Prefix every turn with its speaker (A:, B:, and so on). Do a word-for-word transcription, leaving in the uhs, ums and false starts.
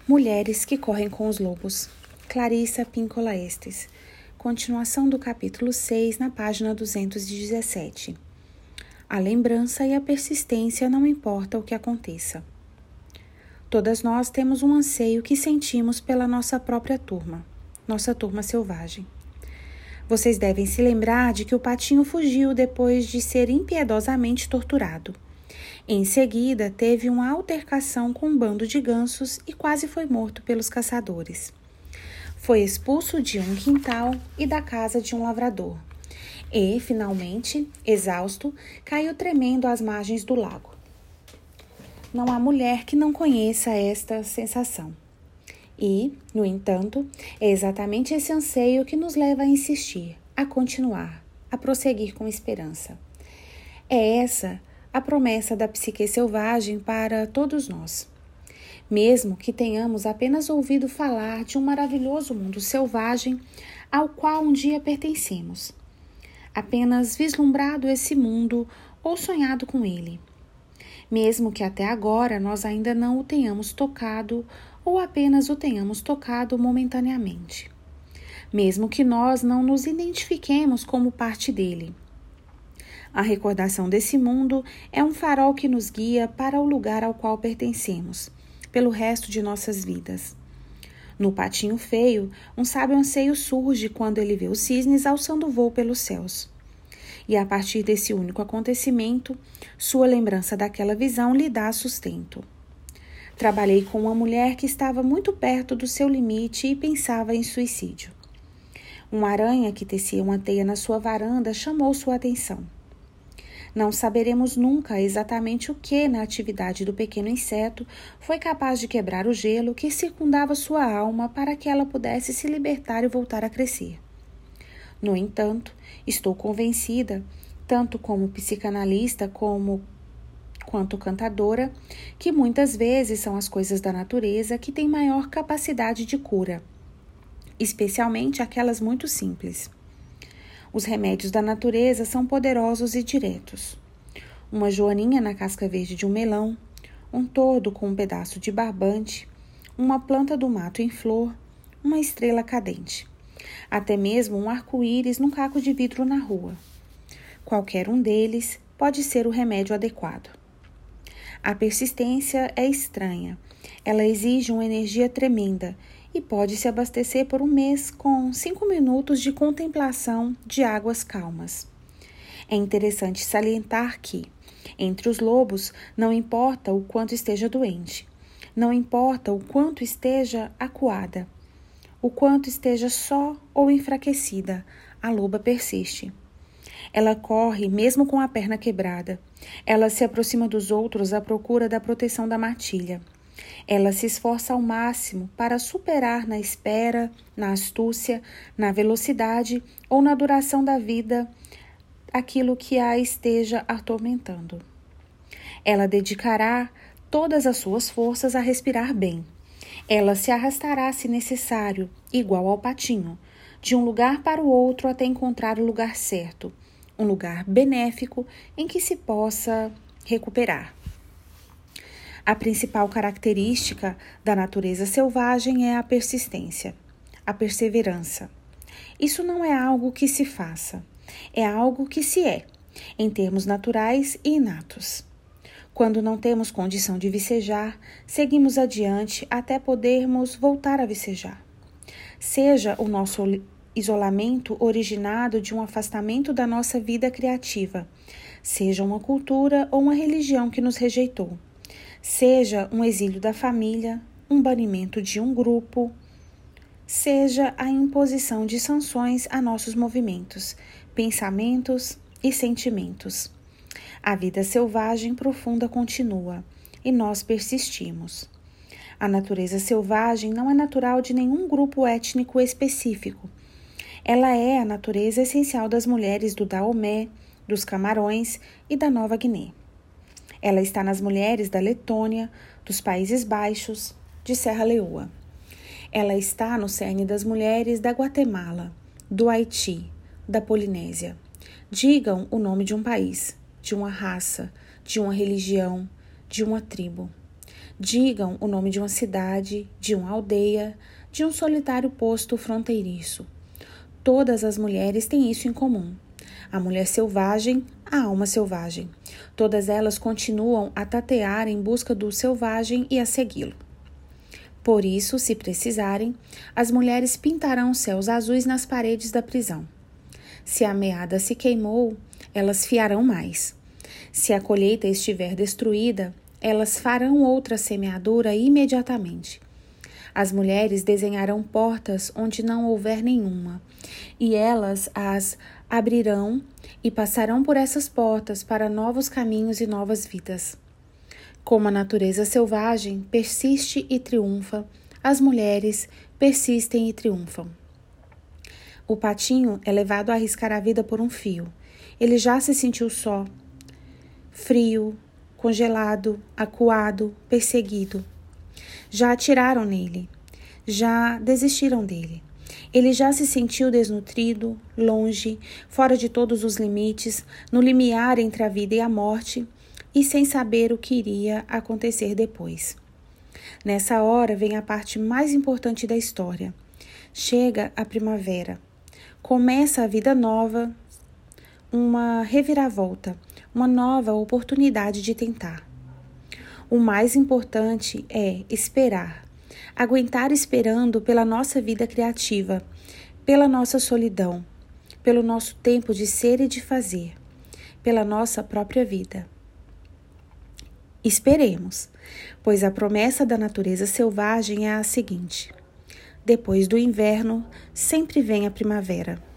A: Mulheres que correm com os lobos. Clarissa Pinkola Estes. Continuação do capítulo seis, na página duzentos e dezessete. A lembrança e a persistência não importa o que aconteça. Todas nós temos um anseio que sentimos pela nossa própria turma, nossa turma selvagem. Vocês devem se lembrar de que o patinho fugiu depois de ser impiedosamente torturado. Em seguida, teve uma altercação com um bando de gansos e quase foi morto pelos caçadores. Foi expulso de um quintal e da casa de um lavrador. E, finalmente, exausto, caiu tremendo às margens do lago. Não há mulher que não conheça esta sensação. E, no entanto, é exatamente esse anseio que nos leva a insistir, a continuar, a prosseguir com esperança. É essa a promessa da psique selvagem para todos nós. Mesmo que tenhamos apenas ouvido falar de um maravilhoso mundo selvagem ao qual um dia pertencemos, apenas vislumbrado esse mundo ou sonhado com ele. Mesmo que até agora nós ainda não o tenhamos tocado ou apenas o tenhamos tocado momentaneamente. Mesmo que nós não nos identifiquemos como parte dele. A recordação desse mundo é um farol que nos guia para o lugar ao qual pertencemos, pelo resto de nossas vidas. No patinho feio, um sábio anseio surge quando ele vê os cisnes alçando voo pelos céus. E a partir desse único acontecimento, sua lembrança daquela visão lhe dá sustento. Trabalhei com uma mulher que estava muito perto do seu limite e pensava em suicídio. Uma aranha que tecia uma teia na sua varanda chamou sua atenção. Não saberemos nunca exatamente o que na atividade do pequeno inseto foi capaz de quebrar o gelo que circundava sua alma para que ela pudesse se libertar e voltar a crescer. No entanto, estou convencida, tanto como psicanalista como quanto cantadora, que muitas vezes são as coisas da natureza que têm maior capacidade de cura, especialmente aquelas muito simples. Os remédios da natureza são poderosos e diretos. Uma joaninha na casca verde de um melão, um tordo com um pedaço de barbante, uma planta do mato em flor, uma estrela cadente. Até mesmo um arco-íris num caco de vidro na rua. Qualquer um deles pode ser o remédio adequado. A persistência é estranha. Ela exige uma energia tremenda e pode se abastecer por um mês com cinco minutos de contemplação de águas calmas. É interessante salientar que, entre os lobos, não importa o quanto esteja doente, não importa o quanto esteja acuada, o quanto esteja só ou enfraquecida, a loba persiste. Ela corre mesmo com a perna quebrada. Ela se aproxima dos outros à procura da proteção da matilha. Ela se esforça ao máximo para superar na espera, na astúcia, na velocidade ou na duração da vida aquilo que a esteja atormentando. Ela dedicará todas as suas forças a respirar bem. Ela se arrastará, se necessário, igual ao patinho, de um lugar para o outro até encontrar o lugar certo, um lugar benéfico em que se possa recuperar. A principal característica da natureza selvagem é a persistência, a perseverança. Isso não é algo que se faça, é algo que se é, em termos naturais e inatos. Quando não temos condição de vicejar, seguimos adiante até podermos voltar a vicejar. Seja o nosso isolamento originado de um afastamento da nossa vida criativa, seja uma cultura ou uma religião que nos rejeitou. Seja um exílio da família, um banimento de um grupo, seja a imposição de sanções a nossos movimentos, pensamentos e sentimentos. A vida selvagem profunda continua e nós persistimos. A natureza selvagem não é natural de nenhum grupo étnico específico. Ela é a natureza essencial das mulheres do Daomé, dos Camarões e da Nova Guiné. Ela está nas mulheres da Letônia, dos Países Baixos, de Serra Leoa. Ela está no cerne das mulheres da Guatemala, do Haiti, da Polinésia. Digam o nome de um país, de uma raça, de uma religião, de uma tribo. Digam o nome de uma cidade, de uma aldeia, de um solitário posto fronteiriço. Todas as mulheres têm isso em comum. A mulher selvagem, a alma selvagem. Todas elas continuam a tatear em busca do selvagem e a segui-lo. Por isso, se precisarem, as mulheres pintarão céus azuis nas paredes da prisão. Se a meada se queimou, elas fiarão mais. Se a colheita estiver destruída, elas farão outra semeadura imediatamente. As mulheres desenharão portas onde não houver nenhuma, e elas as abrirão e passarão por essas portas para novos caminhos e novas vidas. Como a natureza selvagem persiste e triunfa, as mulheres persistem e triunfam. O patinho é levado a arriscar a vida por um fio. Ele já se sentiu só, frio, congelado, acuado, perseguido. Já atiraram nele, já desistiram dele. Ele já se sentiu desnutrido, longe, fora de todos os limites, no limiar entre a vida e a morte, e sem saber o que iria acontecer depois. Nessa hora vem a parte mais importante da história. Chega a primavera. Começa a vida nova, uma reviravolta, uma nova oportunidade de tentar. O mais importante é esperar, aguentar esperando pela nossa vida criativa, pela nossa solidão, pelo nosso tempo de ser e de fazer, pela nossa própria vida. Esperemos, pois a promessa da natureza selvagem é a seguinte: depois do inverno, sempre vem a primavera.